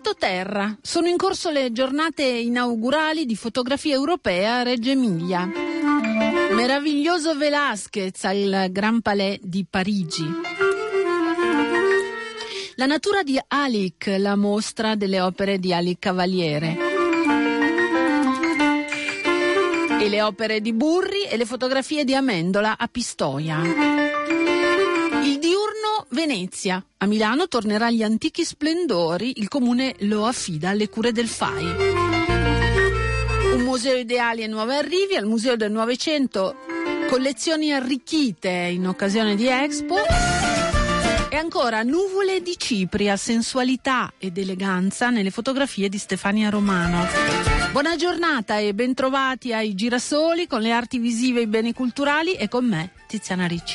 Effetto terra. Sono in corso le giornate inaugurali di fotografia europea a Reggio Emilia. Meraviglioso Velázquez al Grand Palais di Parigi. La natura di Alic, la mostra delle opere di Alic Cavaliere. E le opere di Burri e le fotografie di Amendola a Pistoia. Il diurno Venezia. A Milano tornerà agli antichi splendori, il comune lo affida alle cure del FAI. Un museo ideali e nuovi arrivi al Museo del Novecento, collezioni arricchite in occasione di Expo. E ancora nuvole di Cipria, sensualità ed eleganza nelle fotografie di Stefania Romano. Buona giornata e bentrovati ai Girasoli con le arti visive e i beni culturali e con me, Tiziana Ricci.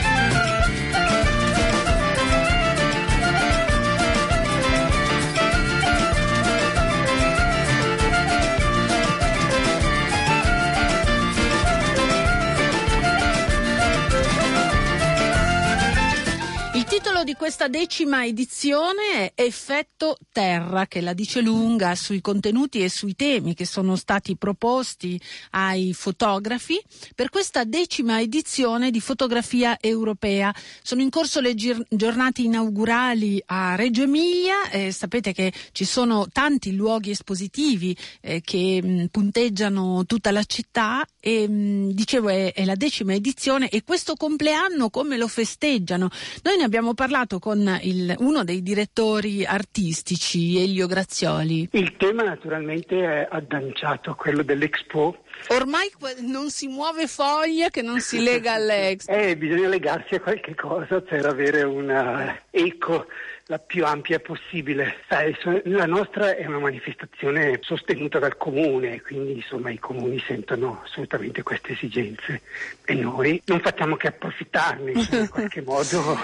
Il titolo di questa 10ª edizione è Effetto Terra, che la dice lunga sui contenuti e sui temi che sono stati proposti ai fotografi per questa 10ª edizione di fotografia europea. Sono in corso le giornate inaugurali a Reggio Emilia, sapete che ci sono tanti luoghi espositivi che punteggiano tutta la città e dicevo è la 10ª edizione e questo compleanno come lo festeggiano? Noi ne abbiamo parlato con uno dei direttori artistici, Elio Grazioli. Il tema naturalmente è agganciato, quello dell'Expo. Ormai non si muove foglia che non si lega all'Expo. Bisogna legarsi a qualche cosa per avere una eco la più ampia possibile. La nostra è una manifestazione sostenuta dal comune, quindi insomma i comuni sentono assolutamente queste esigenze e noi non facciamo che approfittarne in qualche modo.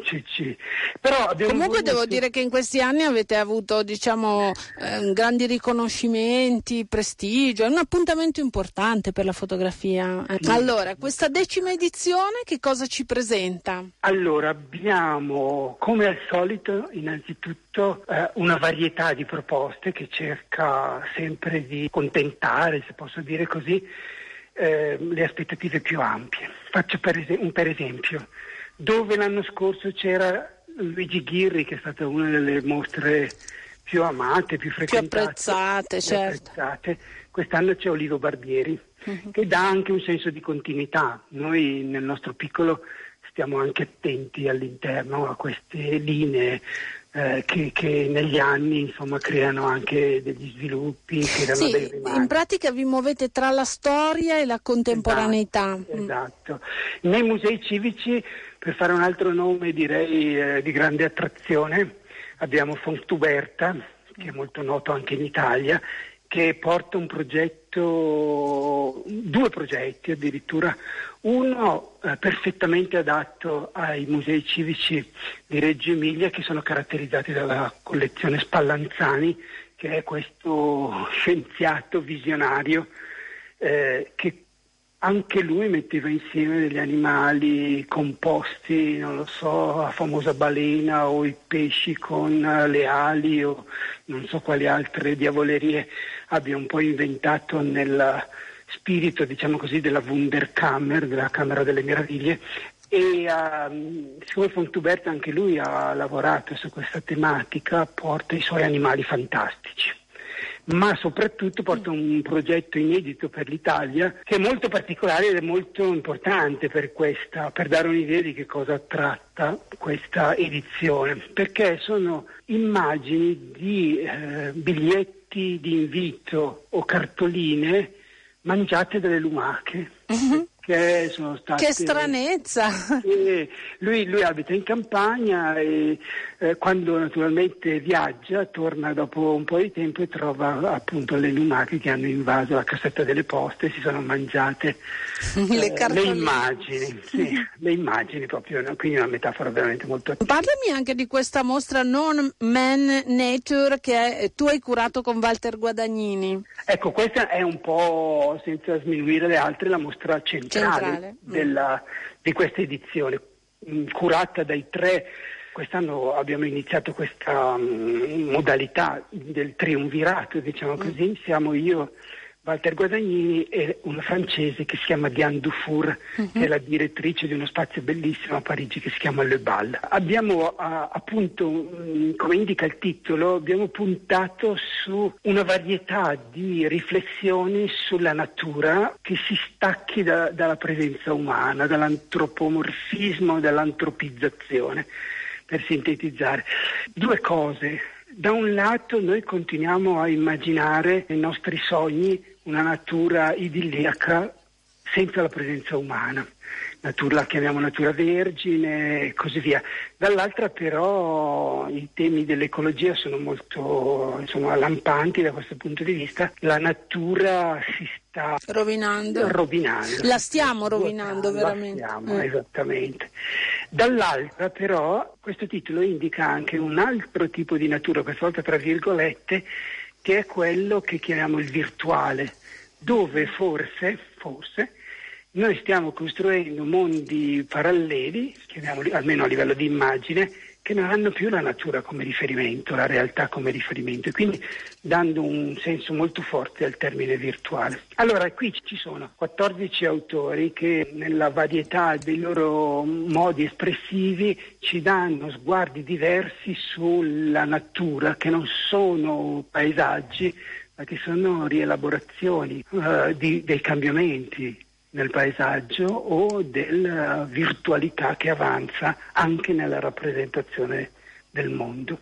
Però comunque devo dire che in questi anni avete avuto grandi riconoscimenti, prestigio, è un appuntamento importante per la fotografia. Sì. Allora, questa 10ª edizione che cosa ci presenta? Allora, abbiamo come al solito innanzitutto una varietà di proposte che cerca sempre di contentare, se posso dire così, le aspettative più ampie. Faccio per esempio, dove l'anno scorso c'era Luigi Ghirri, che è stata una delle mostre più amate, più frequentate, più apprezzate, certo. Quest'anno c'è Olivo Barbieri, che dà anche un senso di continuità. Noi nel nostro piccolo stiamo anche attenti all'interno a queste linee che negli anni insomma creano anche degli sviluppi, creano dei rimandi. In pratica vi muovete tra la storia e la contemporaneità. Esatto. Nei musei civici, per fare un altro nome direi di grande attrazione, abbiamo Fontcuberta, che è molto noto anche in Italia, che porta due progetti addirittura, uno perfettamente adatto ai musei civici di Reggio Emilia, che sono caratterizzati dalla collezione Spallanzani, che è questo scienziato visionario che anche lui metteva insieme degli animali composti, non lo so, la famosa balena o i pesci con le ali o non so quali altre diavolerie abbia un po' inventato nel spirito, diciamo così, della Wunderkammer, della Camera delle Meraviglie. E siccome Fontcuberta anche lui ha lavorato su questa tematica, porta i suoi animali fantastici. Ma soprattutto porta un progetto inedito per l'Italia che è molto particolare ed è molto importante per dare un'idea di che cosa tratta questa edizione, perché sono immagini di biglietti di invito o cartoline mangiate dalle lumache. Che sono state... Che stranezza! Lui abita in campagna e quando naturalmente viaggia torna dopo un po' di tempo e trova appunto le lumache che hanno invaso la cassetta delle poste e si sono mangiate le immagini. Sì, le immagini proprio, no? Quindi una metafora veramente molto... Parlami anche di questa mostra Non Man Nature che tu hai curato con Walter Guadagnini. Ecco, questa è un po', senza sminuire le altre, la mostra centrale. Di questa edizione, curata dai 3 quest'anno abbiamo iniziato questa modalità del triumvirato, diciamo così. Siamo io, Walter Guadagnini e una francese che si chiama Diane Dufour, che è la direttrice di uno spazio bellissimo a Parigi che si chiama Le Bal. Abbiamo appunto, come indica il titolo, abbiamo puntato su una varietà di riflessioni sulla natura che si stacchi dalla presenza umana, dall'antropomorfismo, dall'antropizzazione, per sintetizzare. Due cose. Da un lato noi continuiamo a immaginare nei nostri sogni una natura idilliaca senza la presenza umana, la chiamiamo natura vergine e così via. Dall'altra però i temi dell'ecologia sono molto lampanti da questo punto di vista. La natura si sta rovinando. La stiamo rovinando veramente. Esattamente. Dall'altra però questo titolo indica anche un altro tipo di natura, questa volta tra virgolette, che è quello che chiamiamo il virtuale, dove forse noi stiamo costruendo mondi paralleli, chiamiamoli almeno a livello di immagine, che non hanno più la natura come riferimento, la realtà come riferimento, e quindi dando un senso molto forte al termine virtuale. Allora, qui ci sono 14 autori che nella varietà dei loro modi espressivi ci danno sguardi diversi sulla natura, che non sono paesaggi, ma che sono rielaborazioni dei cambiamenti nel paesaggio o della virtualità che avanza anche nella rappresentazione del mondo.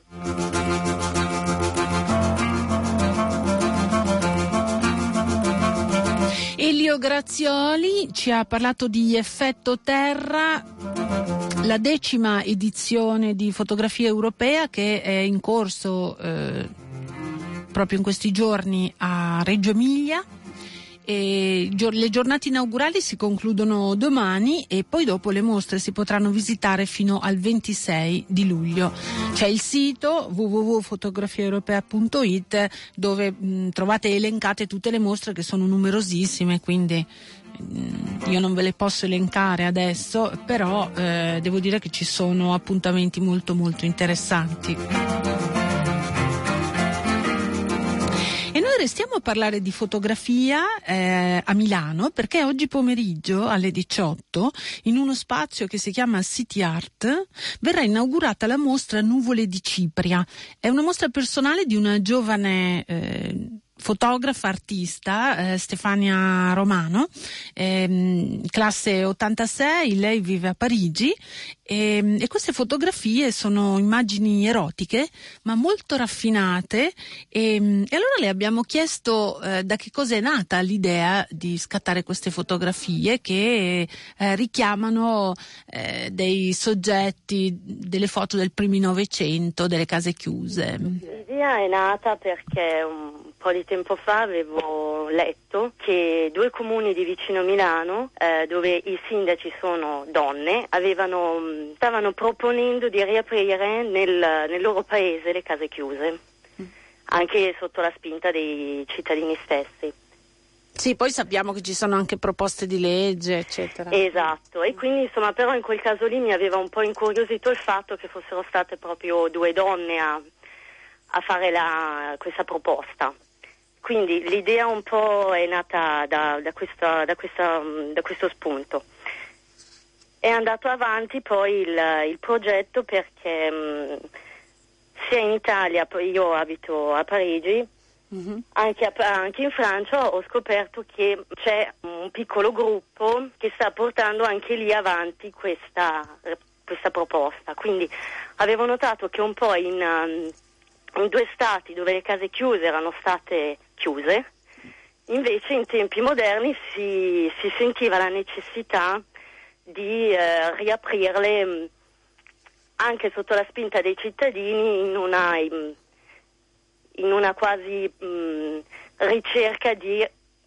Elio Grazioli ci ha parlato di Effetto Terra, la 10ª edizione di Fotografia Europea che è in corso proprio in questi giorni a Reggio Emilia. E le giornate inaugurali si concludono domani e poi dopo le mostre si potranno visitare fino al 26 di luglio. C'è il sito www.fotografiaeuropea.it dove trovate elencate tutte le mostre, che sono numerosissime, quindi io non ve le posso elencare adesso, però devo dire che ci sono appuntamenti molto molto interessanti. E noi restiamo a parlare di fotografia a Milano, perché oggi pomeriggio alle 18 in uno spazio che si chiama City Art verrà inaugurata la mostra Nuvole di Cipria. È una mostra personale di una giovane fotografa artista, Stefania Romano, classe 86, lei vive a Parigi e queste fotografie sono immagini erotiche ma molto raffinate e allora le abbiamo chiesto da che cosa è nata l'idea di scattare queste fotografie che richiamano dei soggetti, delle foto del primi Novecento, delle case chiuse. L'idea è nata perché un po' di tempo fa avevo letto che 2 comuni di vicino Milano, dove i sindaci sono donne, stavano proponendo di riaprire nel loro paese le case chiuse, anche sotto la spinta dei cittadini stessi. Sì, poi sappiamo che ci sono anche proposte di legge, eccetera. Esatto, e quindi insomma, però in quel caso lì mi aveva un po' incuriosito il fatto che fossero state proprio 2 donne a fare questa proposta. Quindi l'idea un po' è nata da questo spunto. È andato avanti poi il progetto perché sia in Italia, poi io abito a Parigi, anche in Francia ho scoperto che c'è un piccolo gruppo che sta portando anche lì avanti questa proposta. Quindi avevo notato che un po' in 2 stati dove le case chiuse erano state chiuse, invece in tempi moderni si sentiva la necessità di riaprirle anche sotto la spinta dei cittadini in una quasi ricerca di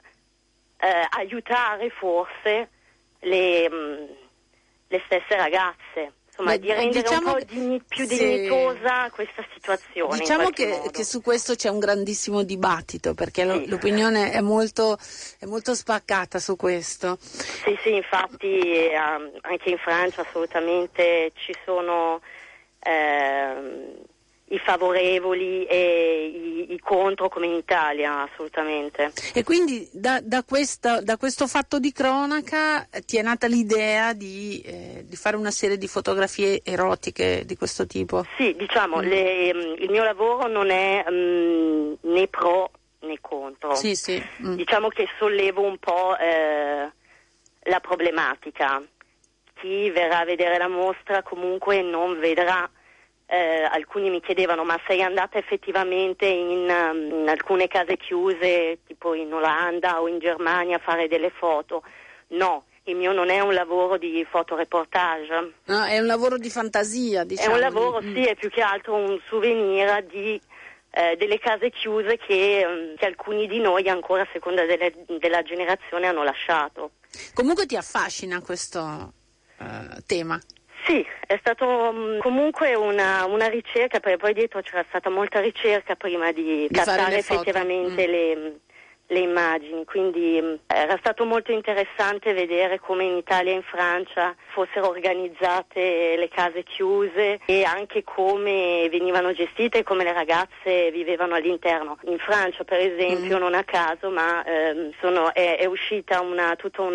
aiutare forse le stesse ragazze. Insomma, di rendere diciamo un po' più dignitosa questa situazione. Diciamo che su questo c'è un grandissimo dibattito, perché l'opinione è molto spaccata su questo. Sì, infatti anche in Francia assolutamente ci sono i favorevoli e i contro come in Italia, assolutamente. E quindi da questo fatto di cronaca ti è nata l'idea di fare una serie di fotografie erotiche di questo tipo? Sì, diciamo, il mio lavoro non è né pro né contro. Sì. Diciamo che sollevo un po' la problematica. Chi verrà a vedere la mostra comunque non vedrà. Alcuni mi chiedevano: ma sei andata effettivamente in alcune case chiuse, tipo in Olanda o in Germania, a fare delle foto? No, il mio non è un lavoro di fotoreportage. No, è un lavoro di fantasia, diciamo. È un lavoro, sì, è più che altro un souvenir di delle case chiuse che alcuni di noi ancora, a seconda della generazione, hanno lasciato. Comunque ti affascina questo tema? Sì, è stato comunque una ricerca, perché poi dietro c'era stata molta ricerca prima di cattare effettivamente le immagini, quindi era stato molto interessante vedere come in Italia e in Francia fossero organizzate le case chiuse e anche come venivano gestite e come le ragazze vivevano all'interno. In Francia, per esempio, non a caso, ma è uscita una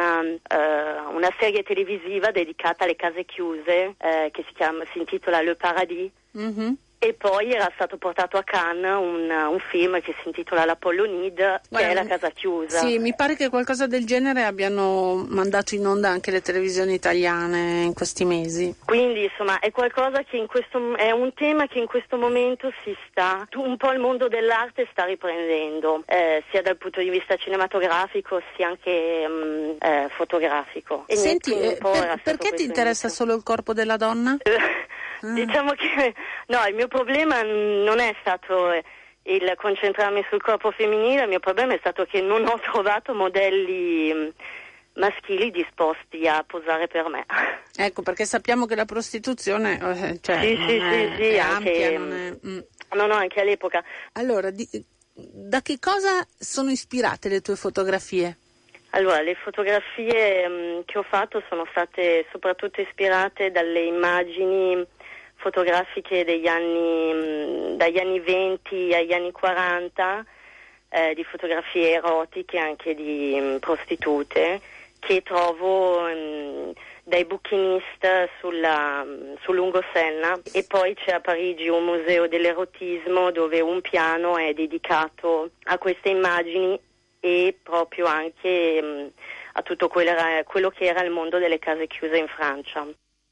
serie televisiva dedicata alle case chiuse che si intitola Le Paradis. Mm-hmm. E poi era stato portato a Cannes un film che si intitola l'Apollo Nid, che è la casa chiusa. Sì, mi pare che qualcosa del genere abbiano mandato in onda anche le televisioni italiane in questi mesi. Quindi insomma è qualcosa che è un tema che in questo momento un po' il mondo dell'arte sta riprendendo, sia dal punto di vista cinematografico sia anche fotografico. E senti, perché ti interessa solo il corpo della donna? Diciamo che no, il mio problema non è stato il concentrarmi sul corpo femminile, il mio problema è stato che non ho trovato modelli maschili disposti a posare per me. Ecco, perché sappiamo che la prostituzione è ampia, anche all'epoca. Allora, da che cosa sono ispirate le tue fotografie? Allora, le fotografie che ho fatto sono state soprattutto ispirate dalle immagini fotografiche dagli anni 20 agli anni 40, di fotografie erotiche, anche di prostitute, che trovo dai bouquiniste sul Lungosenna. E poi c'è a Parigi un museo dell'erotismo dove un piano è dedicato a queste immagini e proprio anche a tutto quello che era il mondo delle case chiuse in Francia.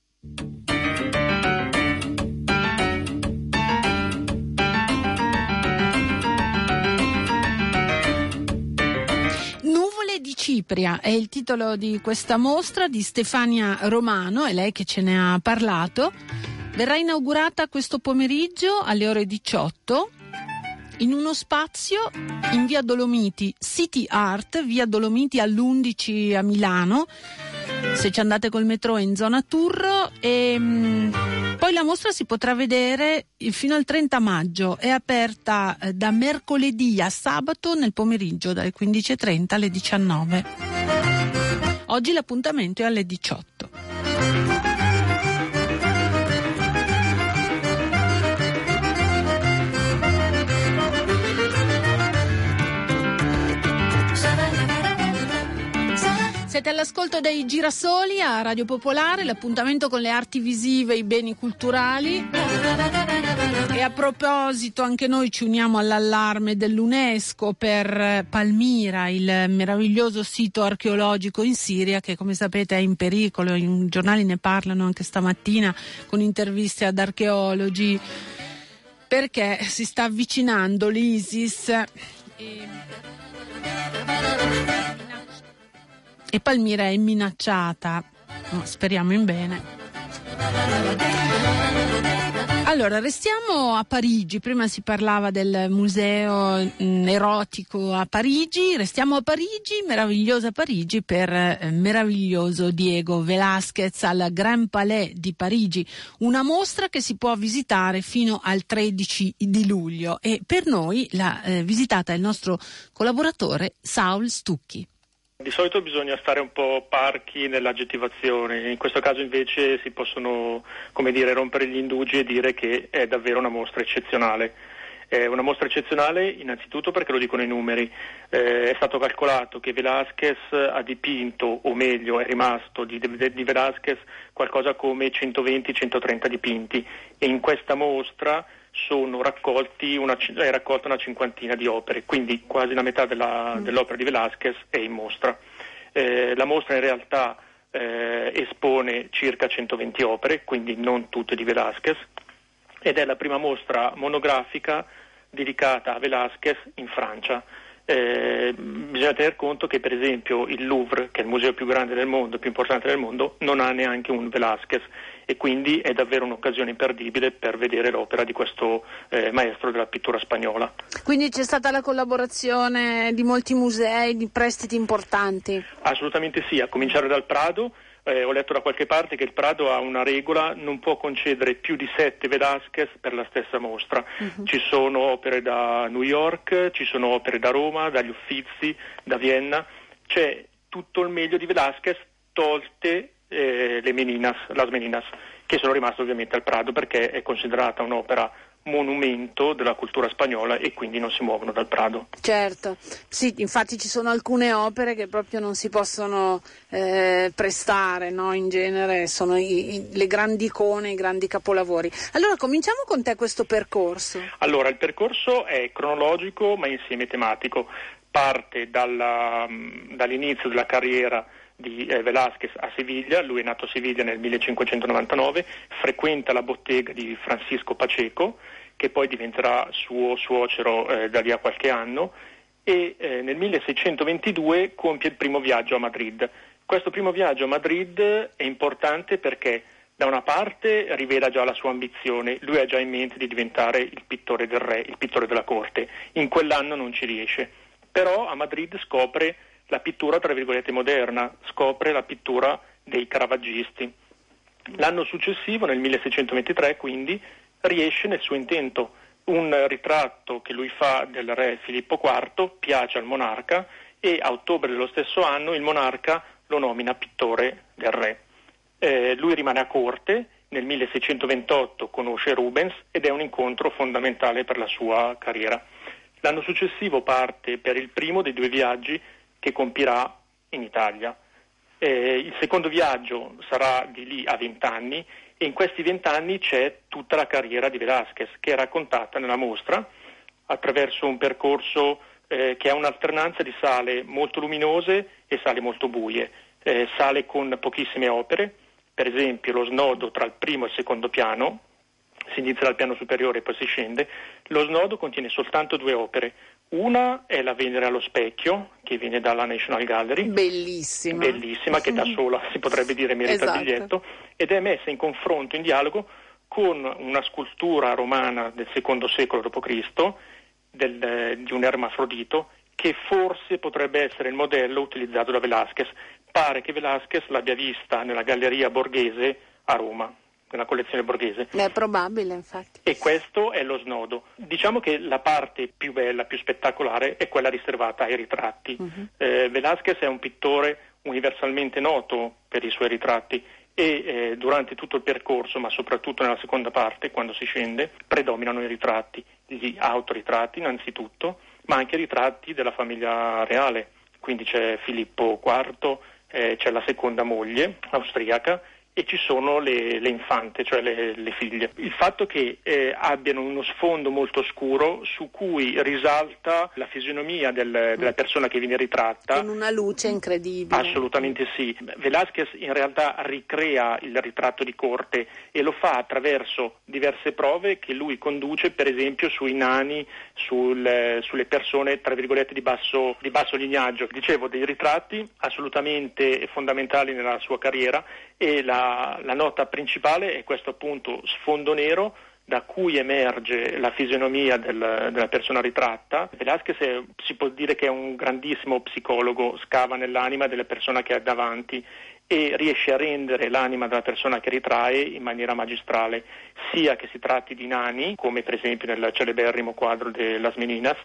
Nuvole di Cipria è il titolo di questa mostra di Stefania Romano, è lei che ce ne ha parlato. Verrà inaugurata questo pomeriggio alle ore 18 in uno spazio in via Dolomiti, City Art, via Dolomiti all'11 a Milano. Se ci andate col metro è in zona Turro, e poi la mostra si potrà vedere fino al 30 maggio, è aperta da mercoledì a sabato nel pomeriggio dalle 15:30 alle 19. Oggi l'appuntamento è alle 18. Siete all'ascolto dei Girasoli a Radio Popolare, l'appuntamento con le arti visive e i beni culturali. E a proposito, anche noi ci uniamo all'allarme dell'UNESCO per Palmira, il meraviglioso sito archeologico in Siria che, come sapete, è in pericolo. I giornali ne parlano anche stamattina con interviste ad archeologi, perché si sta avvicinando l'ISIS e Palmira è minacciata. Speriamo in bene. Allora, restiamo a Parigi. Prima si parlava del museo erotico a Parigi. Restiamo a Parigi, meravigliosa Parigi, per meraviglioso Diego Velázquez al Grand Palais di Parigi. Una mostra che si può visitare fino al 13 di luglio. E per noi l'ha visitata il nostro collaboratore Saul Stucchi. Di solito bisogna stare un po' parchi nell'aggettivazione, in questo caso invece si possono, rompere gli indugi e dire che è davvero una mostra eccezionale. È una mostra eccezionale innanzitutto perché lo dicono i numeri. È stato calcolato che Velázquez ha dipinto, o meglio è rimasto di Velázquez qualcosa come 120-130 dipinti, e in questa mostra è raccolta una cinquantina di opere, quindi quasi la metà dell'opera di Velázquez è in mostra. La mostra in realtà espone circa 120 opere, quindi non tutte di Velázquez, ed è la prima mostra monografica dedicata a Velázquez in Francia. Bisogna tener conto che per esempio il Louvre, che è il museo più grande del mondo, più importante del mondo, non ha neanche un Velázquez, e quindi è davvero un'occasione imperdibile per vedere l'opera di questo maestro della pittura spagnola. Quindi c'è stata la collaborazione di molti musei, di prestiti importanti? Assolutamente sì, a cominciare dal Prado. Ho letto da qualche parte che il Prado ha una regola: non può concedere più di 7 Velázquez per la stessa mostra. Ci sono opere da New York, ci sono opere da Roma, dagli Uffizi, da Vienna. C'è tutto il meglio di Velázquez, tolte las Meninas, che sono rimaste ovviamente al Prado perché è considerata un'opera monumento della cultura spagnola e quindi non si muovono dal Prado. Certo, sì, infatti ci sono alcune opere che proprio non si possono prestare, no? In genere sono le grandi icone, i grandi capolavori. Allora cominciamo con te questo percorso. Allora, il percorso è cronologico ma insieme tematico. Parte dall'inizio della carriera di Velázquez a Siviglia. Lui è nato a Siviglia nel 1599, frequenta la bottega di Francisco Pacheco, che poi diventerà suo suocero da lì a qualche anno, e nel 1622 compie il primo viaggio a Madrid. Questo primo viaggio a Madrid è importante perché da una parte rivela già la sua ambizione. Lui ha già in mente di diventare il pittore del re, il pittore della corte. In quell'anno non ci riesce, però a Madrid scopre la pittura tra virgolette moderna, scopre la pittura dei caravaggisti. L'anno successivo, nel 1623, quindi, riesce nel suo intento. Un ritratto che lui fa del re Filippo IV piace al monarca e a ottobre dello stesso anno il monarca lo nomina pittore del re. Lui rimane a corte, nel 1628 conosce Rubens ed è un incontro fondamentale per la sua carriera. L'anno successivo parte per il primo dei 2 viaggi che compirà in Italia. Il secondo viaggio sarà di lì a 20 anni e in questi 20 anni c'è tutta la carriera di Velázquez che è raccontata nella mostra attraverso un percorso che ha un'alternanza di sale molto luminose e sale molto buie, sale con pochissime opere, per esempio lo snodo tra il primo e il secondo piano. Si inizia dal piano superiore e poi si scende. Lo snodo contiene soltanto 2 opere. Una è la Venere allo specchio, che viene dalla National Gallery. Bellissima, che da sola si potrebbe dire merita il biglietto, ed è messa in confronto, in dialogo, con una scultura romana del secondo secolo d.C., di un ermafrodito, che forse potrebbe essere il modello utilizzato da Velázquez. Pare che Velázquez l'abbia vista nella Galleria Borghese a Roma, nella collezione Borghese. È probabile, infatti. E questo è lo snodo. Diciamo che la parte più bella, più spettacolare è quella riservata ai ritratti. Velázquez è un pittore universalmente noto per i suoi ritratti e durante tutto il percorso, ma soprattutto nella seconda parte, quando si scende, predominano i ritratti, gli autoritratti innanzitutto, ma anche i ritratti della famiglia reale. Quindi c'è Filippo IV, c'è la seconda moglie austriaca, e ci sono le infante, cioè le figlie. Il fatto che abbiano uno sfondo molto scuro su cui risalta la fisionomia della persona che viene ritratta. Con una luce incredibile. Assolutamente sì. Velázquez in realtà ricrea il ritratto di corte e lo fa attraverso diverse prove che lui conduce, per esempio sui nani, sulle persone tra virgolette di basso lignaggio. Dicevo, dei ritratti assolutamente fondamentali nella sua carriera, e la nota principale è questo appunto sfondo nero da cui emerge la fisionomia della persona ritratta. Velázquez si può dire che è un grandissimo psicologo, scava nell'anima della persona che ha davanti e riesce a rendere l'anima della persona che ritrae in maniera magistrale, sia che si tratti di nani, come per esempio nel celeberrimo quadro de Las Meninas,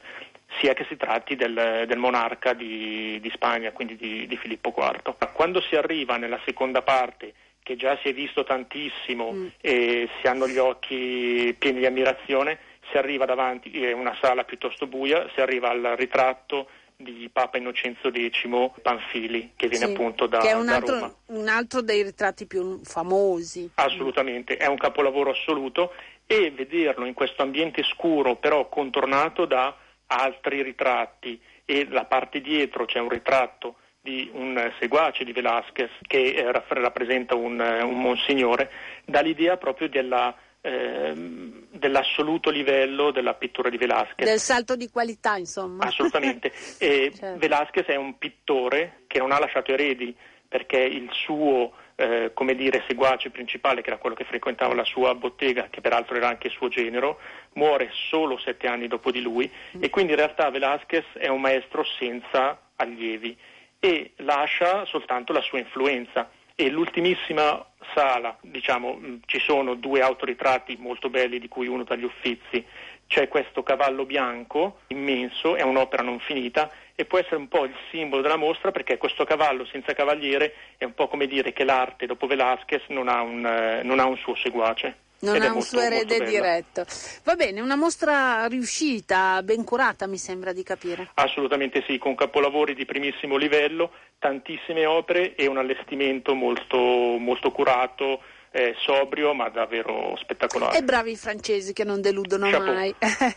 sia che si tratti del monarca di Spagna, quindi di Filippo IV. Quando si arriva nella seconda parte, che già si è visto tantissimo e si hanno gli occhi pieni di ammirazione, si arriva davanti, è una sala piuttosto buia, si arriva al ritratto di Papa Innocenzo X Panfili, che viene appunto da Roma. Un altro dei ritratti più famosi. Assolutamente, è un capolavoro assoluto, e vederlo in questo ambiente scuro però contornato da altri ritratti, e la parte dietro c'è un ritratto di un seguace di Velázquez che rappresenta un monsignore, dà l'idea proprio dell'assoluto livello della pittura di Velázquez. Del salto di qualità, insomma. Assolutamente. E certo. Velázquez è un pittore che non ha lasciato eredi, perché il suo seguace principale, che era quello che frequentava la sua bottega, che peraltro era anche il suo genero, muore solo 7 anni dopo di lui, e quindi in realtà Velázquez è un maestro senza allievi e lascia soltanto la sua influenza. E l'ultimissima sala, ci sono 2 autoritratti molto belli, di cui uno dagli Uffizi. C'è questo cavallo bianco immenso, è un'opera non finita, e può essere un po' il simbolo della mostra, perché questo cavallo senza cavaliere è un po' come dire che l'arte dopo Velázquez non ha un suo seguace. Non ha un suo erede diretto. Va bene, una mostra riuscita, ben curata, mi sembra di capire. Assolutamente sì, con capolavori di primissimo livello, tantissime opere e un allestimento molto, molto curato, sobrio, ma davvero spettacolare. E bravi i francesi, che non deludono Chapeau. mai.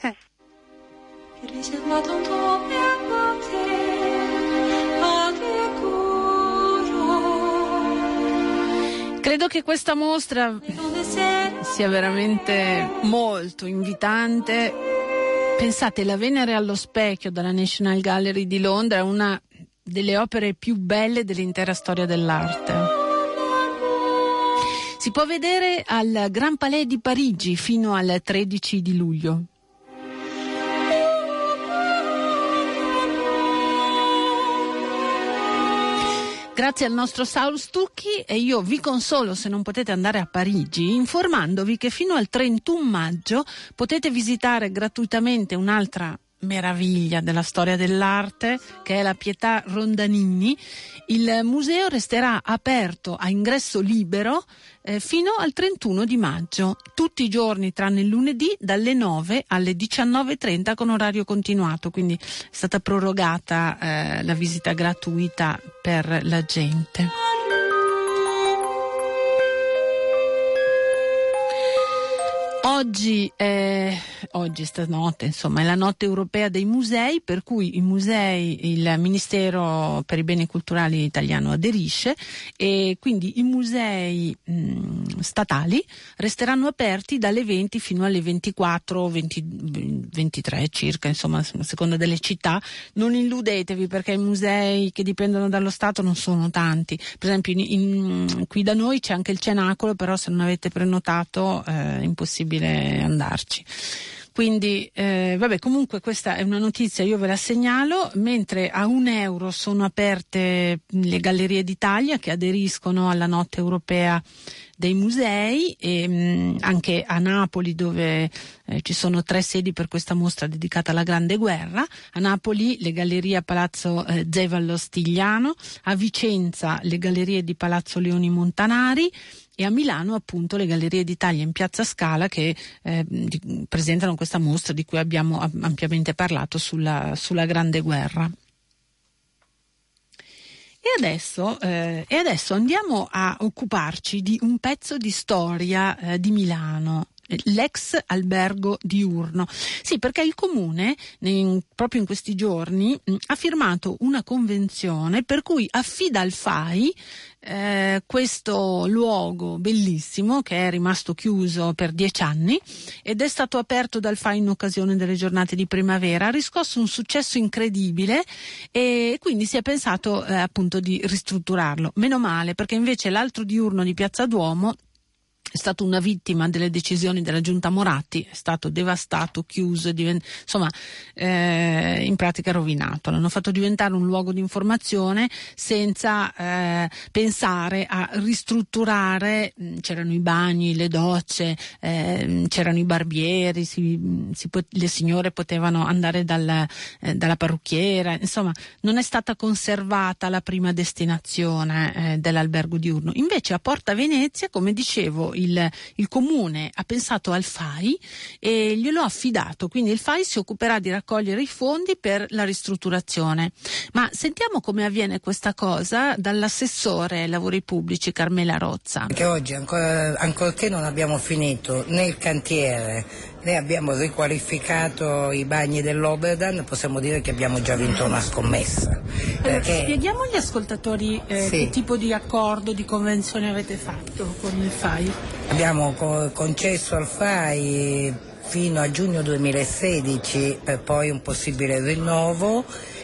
Credo che questa mostra sia veramente molto invitante. Pensate, La Venere allo specchio della National Gallery di Londra è una delle opere più belle dell'intera storia dell'arte. Si può vedere al Grand Palais di Parigi fino al 13 di luglio. Grazie al nostro Saul Stucchi, e io vi consolo, se non potete andare a Parigi, informandovi che fino al 31 maggio potete visitare gratuitamente un'altra meraviglia della storia dell'arte, che è la Pietà Rondanini. Il museo resterà aperto a ingresso libero fino al 31 di maggio, tutti i giorni tranne il lunedì, dalle 9 alle 19:30 con orario continuato, quindi è stata prorogata la visita gratuita per la gente. Stanotte, insomma, è la notte europea dei musei, per cui i musei, il Ministero per i Beni Culturali italiano aderisce, e quindi i musei statali resteranno aperti dalle 20 fino alle 24, 23 circa, insomma, a seconda delle città. Non illudetevi, perché i musei che dipendono dallo Stato non sono tanti. Per esempio qui da noi c'è anche il Cenacolo, però se non avete prenotato è impossibile andarci. Quindi comunque questa è una notizia, io ve la segnalo. Mentre a €1 sono aperte le Gallerie d'Italia, che aderiscono alla notte europea dei musei, e anche a Napoli, dove ci sono 3 sedi per questa mostra dedicata alla Grande Guerra. A Napoli le gallerie a Palazzo Zevallo Stigliano, a Vicenza le gallerie di Palazzo Leoni Montanari, e a Milano appunto le Gallerie d'Italia in Piazza Scala, che presentano questa mostra di cui abbiamo ampiamente parlato sulla Grande Guerra. E adesso andiamo a occuparci di un pezzo di storia di Milano, l'ex albergo diurno. Sì, perché il comune proprio in questi giorni ha firmato una convenzione per cui affida al FAI questo luogo bellissimo, che è rimasto chiuso per 10 anni ed è stato aperto dal FAI in occasione delle giornate di primavera. Ha riscosso un successo incredibile, e quindi si è pensato appunto di ristrutturarlo. Meno male, perché invece l'altro diurno di Piazza Duomo è stato una vittima delle decisioni della giunta Moratti, è stato devastato, chiuso, in pratica rovinato. L'hanno fatto diventare un luogo di informazione senza pensare a ristrutturare. C'erano i bagni, le docce, c'erano i barbieri, le signore potevano andare dalla parrucchiera, insomma non è stata conservata la prima destinazione dell'albergo diurno. Invece a Porta Venezia, come dicevo, il comune ha pensato al FAI e glielo ha affidato, quindi il FAI si occuperà di raccogliere i fondi per la ristrutturazione. Ma sentiamo come avviene questa cosa dall'assessore ai lavori pubblici Carmela Rozza. Che oggi ancorché non abbiamo finito né il cantiere né abbiamo riqualificato i bagni dell'Oberdan, possiamo dire che abbiamo già vinto una scommessa. Spieghiamo agli ascoltatori che tipo di accordo, di convenzione avete fatto con il FAI. Abbiamo concesso al FAI fino a giugno 2016, per poi un possibile rinnovo,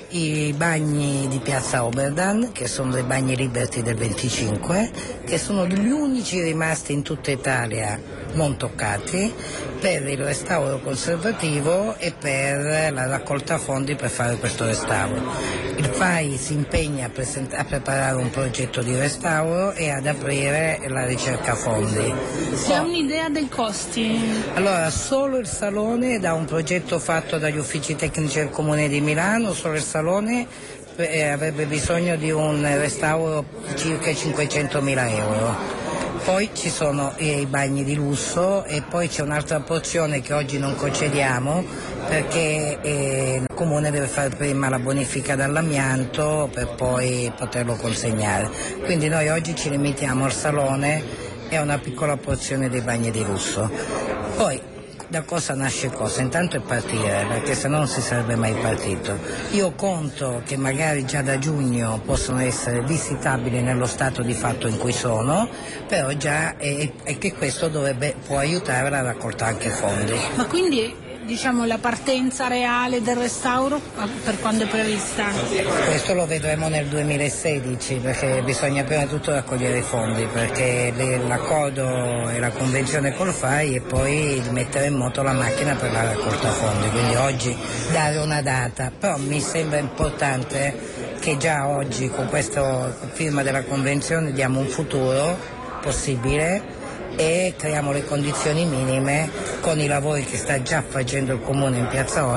i bagni di Piazza Oberdan, che sono dei bagni Liberty del 25, che sono gli unici rimasti in tutta Italia non toccati, per il restauro conservativo e per la raccolta fondi per fare questo restauro. Il FAI si impegna a preparare un progetto di restauro e ad aprire la ricerca fondi. Si ha un'idea dei costi? Allora, solo il salone, da un progetto fatto dagli uffici tecnici del Comune di Milano, solo il salone avrebbe bisogno di un restauro di circa 500.000 euro. Poi ci sono i bagni di lusso e poi c'è un'altra porzione che oggi non concediamo perché il Comune deve fare prima la bonifica dall'amianto per poi poterlo consegnare. Quindi noi oggi ci limitiamo al salone e a una piccola porzione dei bagni di lusso. Poi da cosa nasce cosa? Intanto è partire, perché se no non si sarebbe mai partito. Io conto che magari già da giugno possono essere visitabili nello stato di fatto in cui sono, però già è che questo può aiutare la raccolta anche fondi. Ma quindi la partenza reale del restauro per quando è prevista? Questo lo vedremo nel 2016, perché bisogna prima di tutto raccogliere i fondi, perché l'accordo e la convenzione col FAI e poi mettere in moto la macchina per la raccolta fondi, quindi oggi dare una data, però mi sembra importante che già oggi con questa firma della convenzione diamo un futuro possibile e creiamo le condizioni minime con i lavori che sta già facendo il Comune in Piazza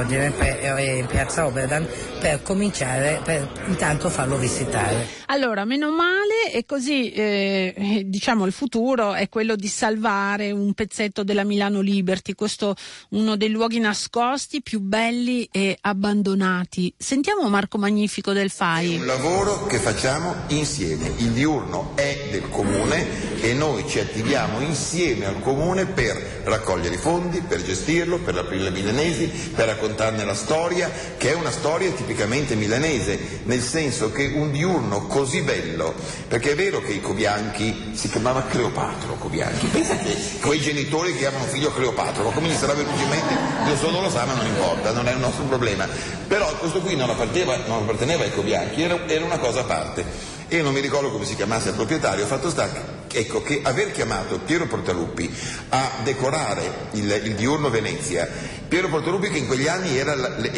Oberdan per cominciare, per intanto farlo visitare. Allora, meno male, e così il futuro è quello di salvare un pezzetto della Milano Liberty, questo uno dei luoghi nascosti più belli e abbandonati. Sentiamo Marco Magnifico del FAI. È un lavoro che facciamo insieme, il diurno è del Comune e noi ci attiviamo insieme al Comune per raccogliere i fondi, per gestirlo, per aprire le milanesi, per raccontarne la storia, che è una storia tipicamente milanese, nel senso che un diurno così bello, perché è vero che i Cobianchi si chiamava Cleopatro Cobianchi, pensa che quei genitori che chiamano figlio Cleopatro, come gli sarà venuto in mente, Dio solo lo sa, ma non importa, non è il nostro problema, però questo qui non apparteneva ai Cobianchi, era una cosa a parte. E non mi ricordo come si chiamasse il proprietario, fatto sta che aver chiamato Piero Portaluppi a decorare il diurno Venezia, Piero Portaluppi che in quegli anni era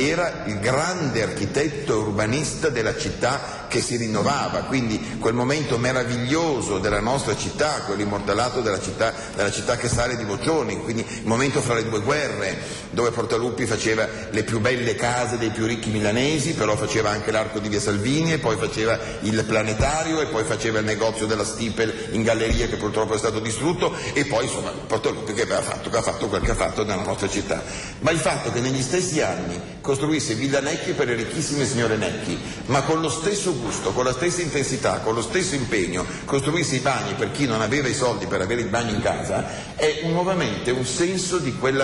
il grande architetto urbanista della città che si rinnovava, quindi quel momento meraviglioso della nostra città, quell'immortalato della città che sale di Boccioni, quindi il momento fra le due guerre, dove Portaluppi faceva le più belle case dei più ricchi milanesi, però faceva anche l'arco di via Salvini e poi faceva il planetario e poi faceva il negozio della Stipel in galleria che purtroppo è stato distrutto e poi insomma Portaluppi che ha fatto quel che ha fatto nella nostra città. Ma il fatto che negli stessi anni costruisse Villa Necchi per le ricchissime signore Necchi, ma con lo stesso gusto, con la stessa intensità, con lo stesso impegno, costruisse i bagni per chi non aveva i soldi per avere il bagno in casa, è nuovamente un senso di quella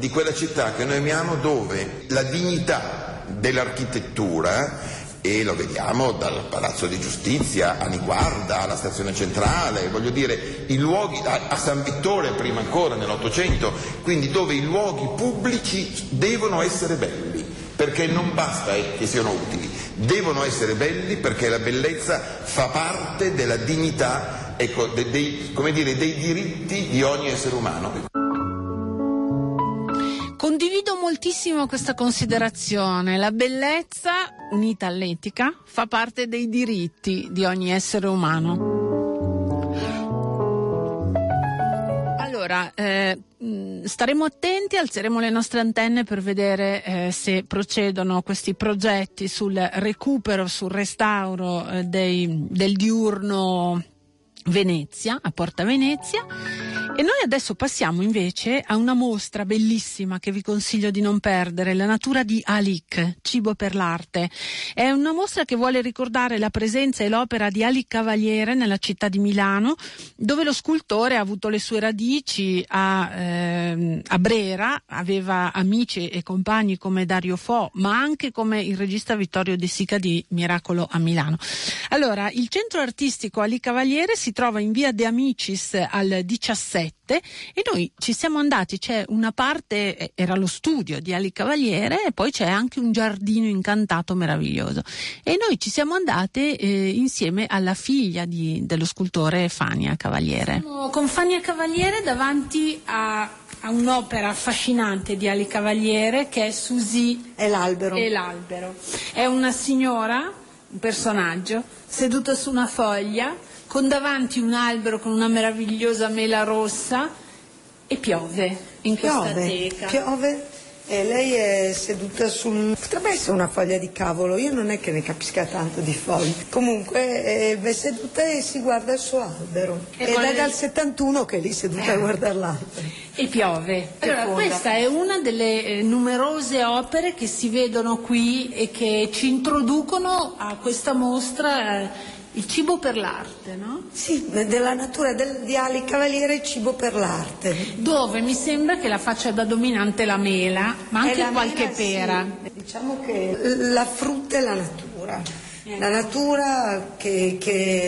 città che noi amiamo, dove la dignità dell'architettura, e lo vediamo dal Palazzo di Giustizia a Niguarda, alla stazione centrale, voglio dire, i luoghi a San Vittore prima ancora nell'Ottocento, quindi dove i luoghi pubblici devono essere belli, perché non basta che siano utili, devono essere belli perché la bellezza fa parte della dignità ecco, come dire, dei diritti di ogni essere umano. Condivido moltissimo questa considerazione. La bellezza, unita all'etica, fa parte dei diritti di ogni essere umano. Allora, staremo attenti, alzeremo le nostre antenne per vedere se procedono questi progetti sul recupero, sul restauro del diurno Venezia, a Porta Venezia. E noi adesso passiamo invece a una mostra bellissima che vi consiglio di non perdere, La natura di Alick, Cibo per l'arte. È una mostra che vuole ricordare la presenza e l'opera di Alick Cavaliere nella città di Milano, dove lo scultore ha avuto le sue radici a Brera, aveva amici e compagni come Dario Fo, ma anche come il regista Vittorio De Sica di Miracolo a Milano. Allora, il centro artistico Alick Cavaliere si trova in via De Amicis al 17, e noi ci siamo andati, c'è una parte, era lo studio di Alick Cavaliere, e poi c'è anche un giardino incantato meraviglioso, e noi ci siamo andate insieme alla figlia dello scultore Fania Cavaliere. Siamo con Fania Cavaliere davanti a un'opera affascinante di Alick Cavaliere, che è Susi e l'albero. È una signora, un personaggio seduto su una foglia con davanti un albero con una meravigliosa mela rossa, e piove in questa teca. Piove e lei è seduta potrebbe essere una foglia di cavolo, io non è che ne capisca tanto di foglie, comunque è seduta e si guarda il suo albero, ed è dal 71 che è lì seduta a guardare l'albero e piove. Allora, questa è una delle numerose opere che si vedono qui e che ci introducono a questa mostra, il cibo per l'arte, no? Sì, della natura di Alick Cavaliere, Cibo per l'arte. Dove mi sembra che la faccia da dominante la mela, ma anche qualche pera. Sì. Diciamo che la frutta è la natura. La natura che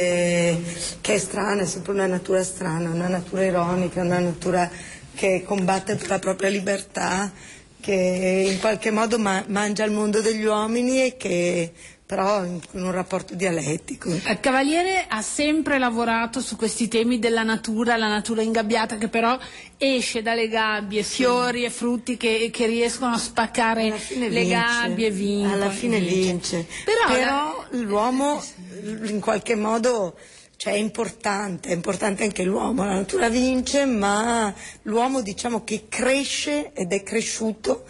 è strana, è sempre una natura strana, una natura ironica, una natura che combatte per la propria libertà, che in qualche modo mangia il mondo degli uomini e che però in un rapporto dialettico. Cavaliere ha sempre lavorato su questi temi della natura, la natura ingabbiata che però esce dalle gabbie, fiori e frutti che riescono a spaccare le gabbie e vince. Alla fine vince. Però l'uomo in qualche modo, cioè è importante anche l'uomo, la natura vince, ma l'uomo diciamo che cresce ed è cresciuto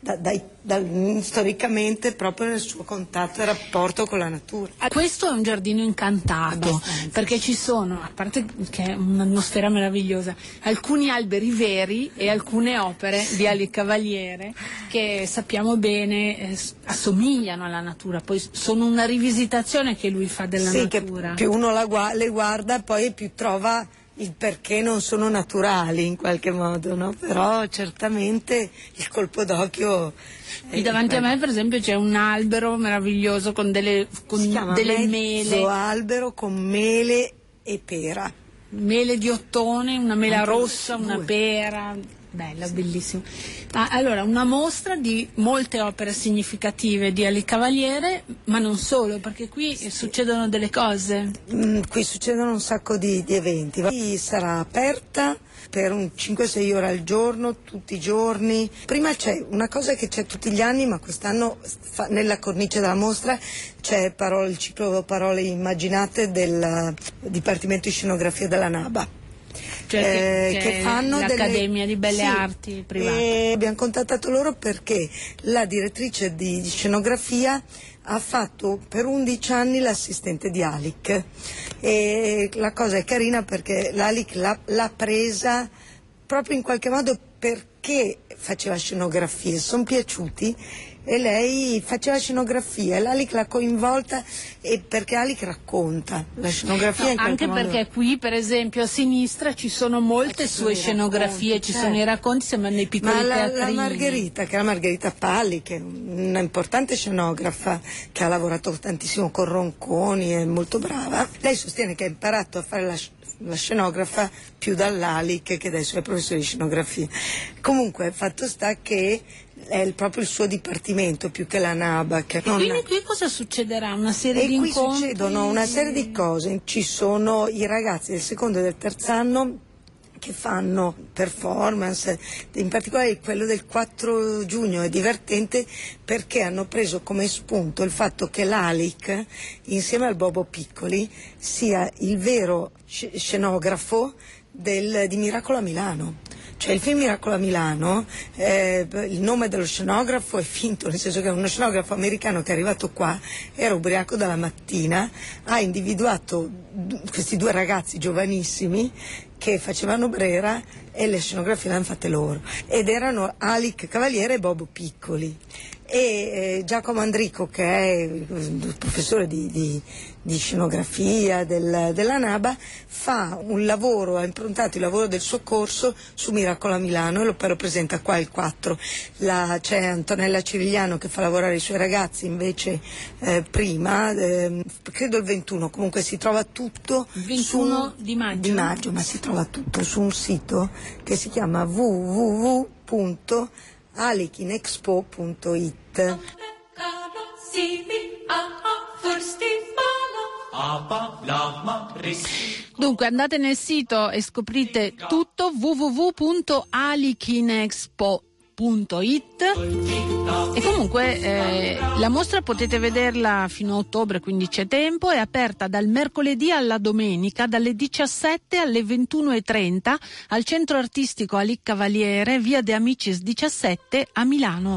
storicamente proprio nel suo contatto e rapporto con la natura. Questo è un giardino incantato, perché ci sono, a parte che è un'atmosfera meravigliosa, alcuni alberi veri e alcune opere di Alick Cavaliere che sappiamo bene assomigliano alla natura, poi sono una rivisitazione che lui fa della natura. Che più uno le guarda poi più trova il perché non sono naturali in qualche modo, no? Però certamente il colpo d'occhio davanti a me per esempio c'è un albero meraviglioso con delle mele, albero con mele e pera, mele di ottone, una mela rossa, una pera, bella, bellissima. Allora, una mostra di molte opere significative di Alick Cavaliere, ma non solo, perché qui succedono delle cose. Qui succedono un sacco di eventi. Qui sarà aperta per 5-6 ore al giorno, tutti i giorni. Prima c'è una cosa che c'è tutti gli anni, ma quest'anno nella cornice della mostra c'è il ciclo Parole immaginate del Dipartimento di Scenografia della NABA. Cioè che fanno l'Accademia di Belle Arti privata. Abbiamo contattato loro perché la direttrice di scenografia ha fatto per 11 anni l'assistente di Alick, e la cosa è carina perché l'Alick l'ha presa proprio in qualche modo perché faceva scenografie, sono piaciuti e lei faceva scenografia e l'Alick l'ha coinvolta, e perché Alick racconta la scenografia in anche modo. Perché qui per esempio a sinistra ci sono molte sue scenografie, ci sono i racconti, sembrano dei piccoli teatrini. La Margherita, che è la Margherita Palli, che è un'importante scenografa che ha lavorato tantissimo con Ronconi, è molto brava, lei sostiene che ha imparato a fare la scenografa più dall'Alick che dai suoi professori di scenografia. Comunque fatto sta che è proprio il suo dipartimento più che la NABAC. Quindi qui cosa succederà? Una serie di incontri? Qui succedono una serie di cose, ci sono i ragazzi del secondo e del terzo anno che fanno performance, in particolare quello del 4 giugno è divertente perché hanno preso come spunto il fatto che l'Alic insieme al Bobo Piccoli sia il vero scenografo di Miracolo a Milano. Cioè il film Miracolo a Milano, il nome dello scenografo è finto, nel senso che è uno scenografo americano che è arrivato qua, era ubriaco dalla mattina, ha individuato questi due ragazzi giovanissimi che facevano Brera e le scenografie le hanno fatte loro, ed erano Alic Cavaliere e Bobo Piccoli. E Giacomo Andrico, che è il professore di scenografia della NABA, fa un lavoro, ha improntato il lavoro del suo corso su Miracolo a Milano e lo presenta qua il 4. C'è Antonella Cirigliano che fa lavorare i suoi ragazzi invece prima, credo il 21, comunque si trova tutto il 21 di maggio, ma si trova tutto su un sito che si chiama www.alicinexpo.it. Dunque andate nel sito e scoprite tutto, www.alicinexpo.it, e comunque la mostra potete vederla fino a ottobre, quindi c'è tempo. È aperta dal mercoledì alla domenica dalle 17 alle 21:30 al Centro Artistico Alic Cavaliere, via De Amicis 17 a Milano.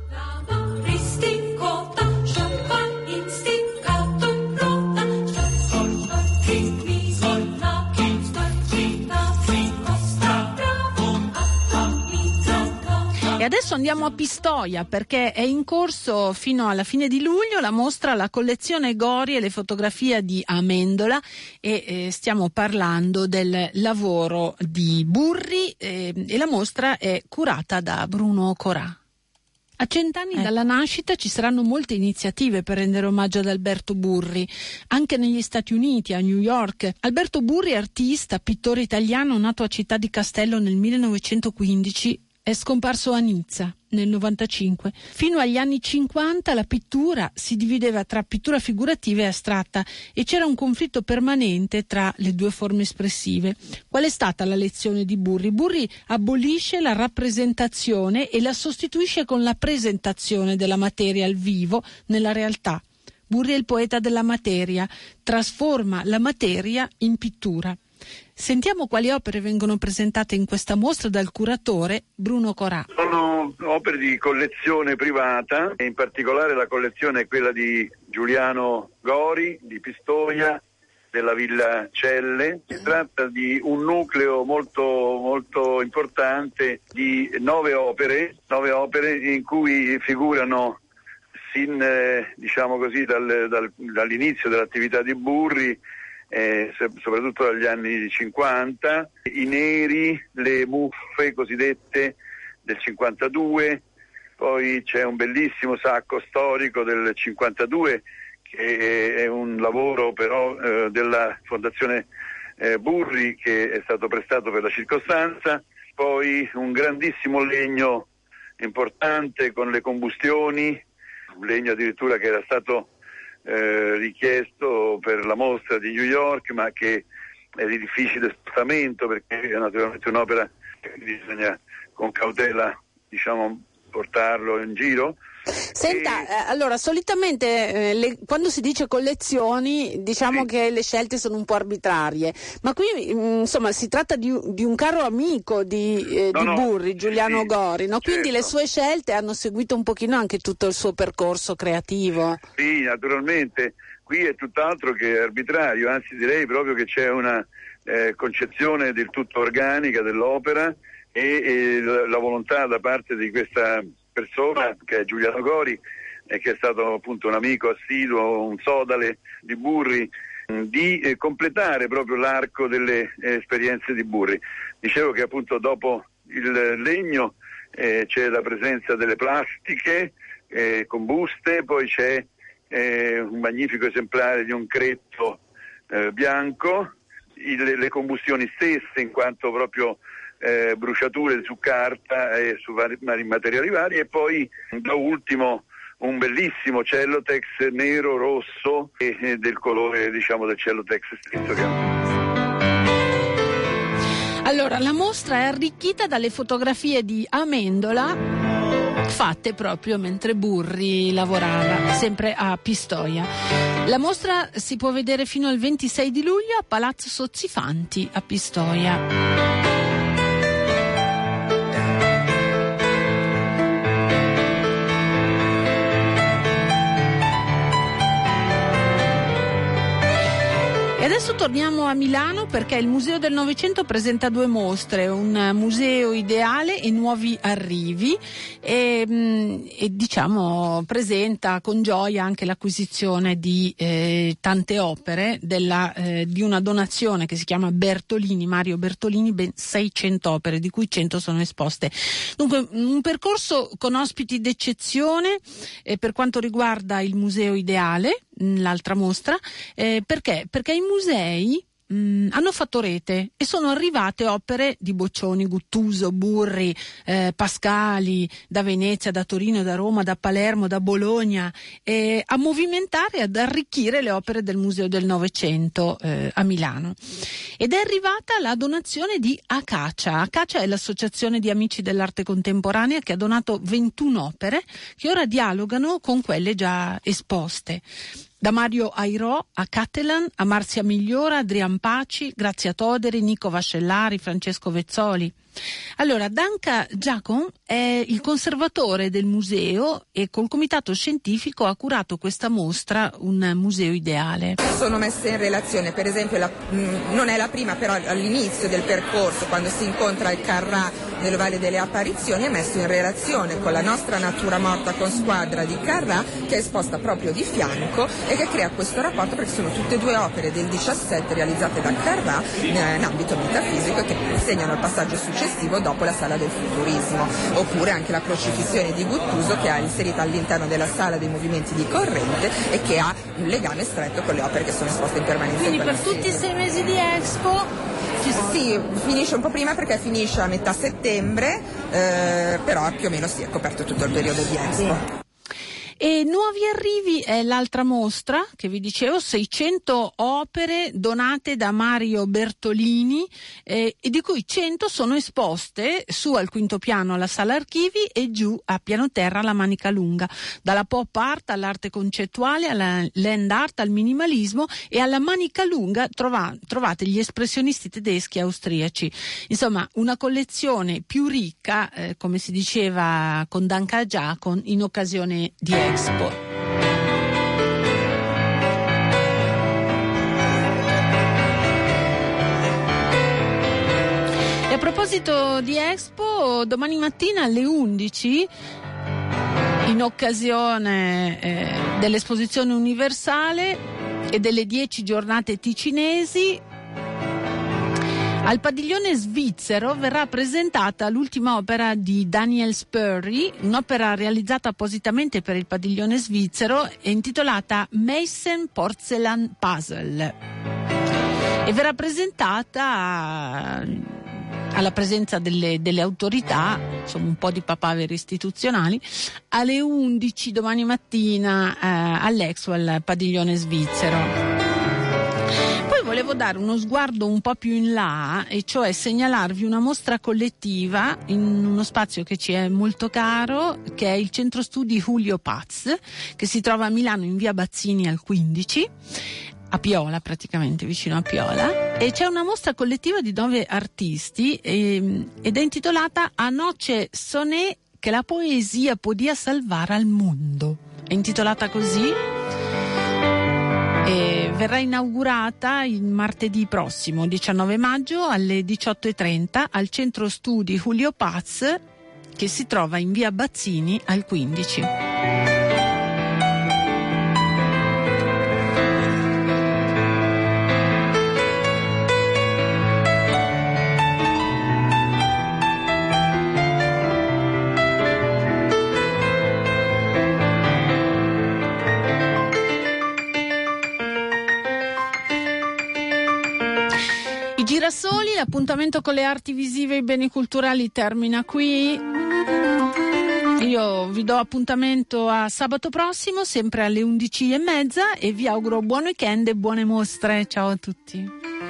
E adesso andiamo a Pistoia perché è in corso fino alla fine di luglio la mostra La collezione Gori e le fotografie di Amendola, e stiamo parlando del lavoro di Burri, e la mostra è curata da Bruno Corà. A 100 anni dalla nascita ci saranno molte iniziative per rendere omaggio ad Alberto Burri, anche negli Stati Uniti, a New York. Alberto Burri è artista, pittore italiano nato a Città di Castello nel 1915, è scomparso a Nizza nel 95. Fino agli anni 50 la pittura si divideva tra pittura figurativa e astratta e c'era un conflitto permanente tra le due forme espressive. Qual è stata la lezione di Burri? Burri abolisce la rappresentazione e la sostituisce con la presentazione della materia al vivo nella realtà. Burri è il poeta della materia, trasforma la materia in pittura. Sentiamo quali opere vengono presentate in questa mostra dal curatore Bruno Corà. Sono opere di collezione privata, e in particolare la collezione è quella di Giuliano Gori, di Pistoia, della Villa Celle. Si tratta di un nucleo molto, molto importante di 9 opere in cui figurano diciamo così, dall'inizio dell'attività di Burri, soprattutto dagli anni 50, i neri, le muffe cosiddette del 52, poi c'è un bellissimo sacco storico del 52 che è un lavoro però della Fondazione Burri che è stato prestato per la circostanza, poi un grandissimo legno importante con le combustioni, un legno addirittura che era stato richiesto per la mostra di New York, ma che è di difficile spostamento perché è naturalmente un'opera che bisogna con cautela, diciamo, portarlo in giro. Senta, allora solitamente quando si dice collezioni diciamo che le scelte sono un po' arbitrarie, ma qui insomma si tratta di un caro amico di Burri, Giuliano Gori, no? Quindi le sue scelte hanno seguito un pochino anche tutto il suo percorso creativo. Sì, naturalmente, qui è tutt'altro che arbitrario, anzi direi proprio che c'è una concezione del tutto organica dell'opera e la volontà da parte di questa persona che è Giuliano Gori e che è stato appunto un amico assiduo, un sodale di Burri, di completare proprio l'arco delle esperienze di Burri. Dicevo che appunto dopo il legno c'è la presenza delle plastiche combuste, poi c'è un magnifico esemplare di un cretto bianco, le combustioni stesse in quanto proprio bruciature su carta e su vari materiali vari, e poi da ultimo un bellissimo cellotex nero rosso e del colore, diciamo, del cellotex stesso. Allora, la mostra è arricchita dalle fotografie di Amendola fatte proprio mentre Burri lavorava, sempre a Pistoia. La mostra si può vedere fino al 26 di luglio a Palazzo Sozzifanti a Pistoia. E adesso torniamo a Milano, perché il Museo del Novecento presenta 2 mostre, un museo ideale e nuovi arrivi, e diciamo presenta con gioia anche l'acquisizione di tante opere di una donazione che si chiama Bertolini, Mario Bertolini, ben 600 opere, di cui 100 sono esposte. Dunque un percorso con ospiti d'eccezione per quanto riguarda il museo ideale, l'altra mostra, perché i musei hanno fatto rete e sono arrivate opere di Boccioni, Guttuso, Burri, Pascali, da Venezia, da Torino, da Roma, da Palermo, da Bologna, a movimentare e ad arricchire le opere del Museo del Novecento a Milano. Ed è arrivata la donazione di Acacia. Acacia è l'associazione di amici dell'arte contemporanea che ha donato 21 opere che ora dialogano con quelle già esposte. Da Mario Airò a Cattelan, a Marzia Migliora, Adrian Paci, Grazia Toderi, Nico Vascellari, Francesco Vezzoli. Allora, Danca Giacon è il conservatore del museo e col comitato scientifico ha curato questa mostra, un museo ideale. Sono messe in relazione, per esempio, non è la prima, però all'inizio del percorso, quando si incontra il Carrà nel Valle delle Apparizioni, è messo in relazione con la nostra natura morta con squadra di Carrà, che è esposta proprio di fianco e che crea questo rapporto, perché sono tutte 2 opere del 17 realizzate da Carrà in ambito metafisico e che segnano il passaggio successivo dopo la Sala del Futurismo, oppure anche la Crocifissione di Guttuso, che ha inserita all'interno della Sala dei Movimenti di Corrente e che ha un legame stretto con le opere che sono esposte in permanenza. Quindi per tutti i 6 mesi di Expo sì, finisce un po' prima perché finisce a metà settembre, però più o meno è coperto tutto il periodo di Expo. E Nuovi Arrivi è l'altra mostra che vi dicevo, 600 opere donate da Mario Bertolini e di cui 100 sono esposte su al quinto piano alla Sala Archivi e giù a piano terra alla Manica Lunga, dalla pop art all'arte concettuale, alla land art, al minimalismo, e alla Manica Lunga trovate gli espressionisti tedeschi e austriaci. Insomma, una collezione più ricca, come si diceva con Danca Giacon in occasione di Expo. E a proposito di Expo, domani mattina alle 11, in occasione dell'Esposizione Universale e delle 10 giornate ticinesi, al padiglione svizzero verrà presentata l'ultima opera di Daniel Spurry, un'opera realizzata appositamente per il padiglione svizzero e intitolata Meissen Porcelain Puzzle. E verrà presentata alla presenza delle autorità, insomma un po' di papaveri istituzionali, alle 11 domani mattina all'Expo al padiglione svizzero. Volevo dare uno sguardo un po' più in là, e cioè segnalarvi una mostra collettiva in uno spazio che ci è molto caro, che è il Centro Studi Julio Paz, che si trova a Milano in via Bazzini al 15, a Piola, praticamente vicino a Piola, e c'è una mostra collettiva di 9 artisti ed è intitolata A noce sonè che la poesia podia salvare al mondo. È intitolata così. E verrà inaugurata il martedì prossimo, 19 maggio, alle 18:30 al Centro Studi Julio Paz, che si trova in via Bazzini al 15. Girasoli, l'appuntamento con le arti visive e i beni culturali termina qui. Io vi do appuntamento a sabato prossimo, sempre alle 11:30, e vi auguro buon weekend e buone mostre. Ciao a tutti.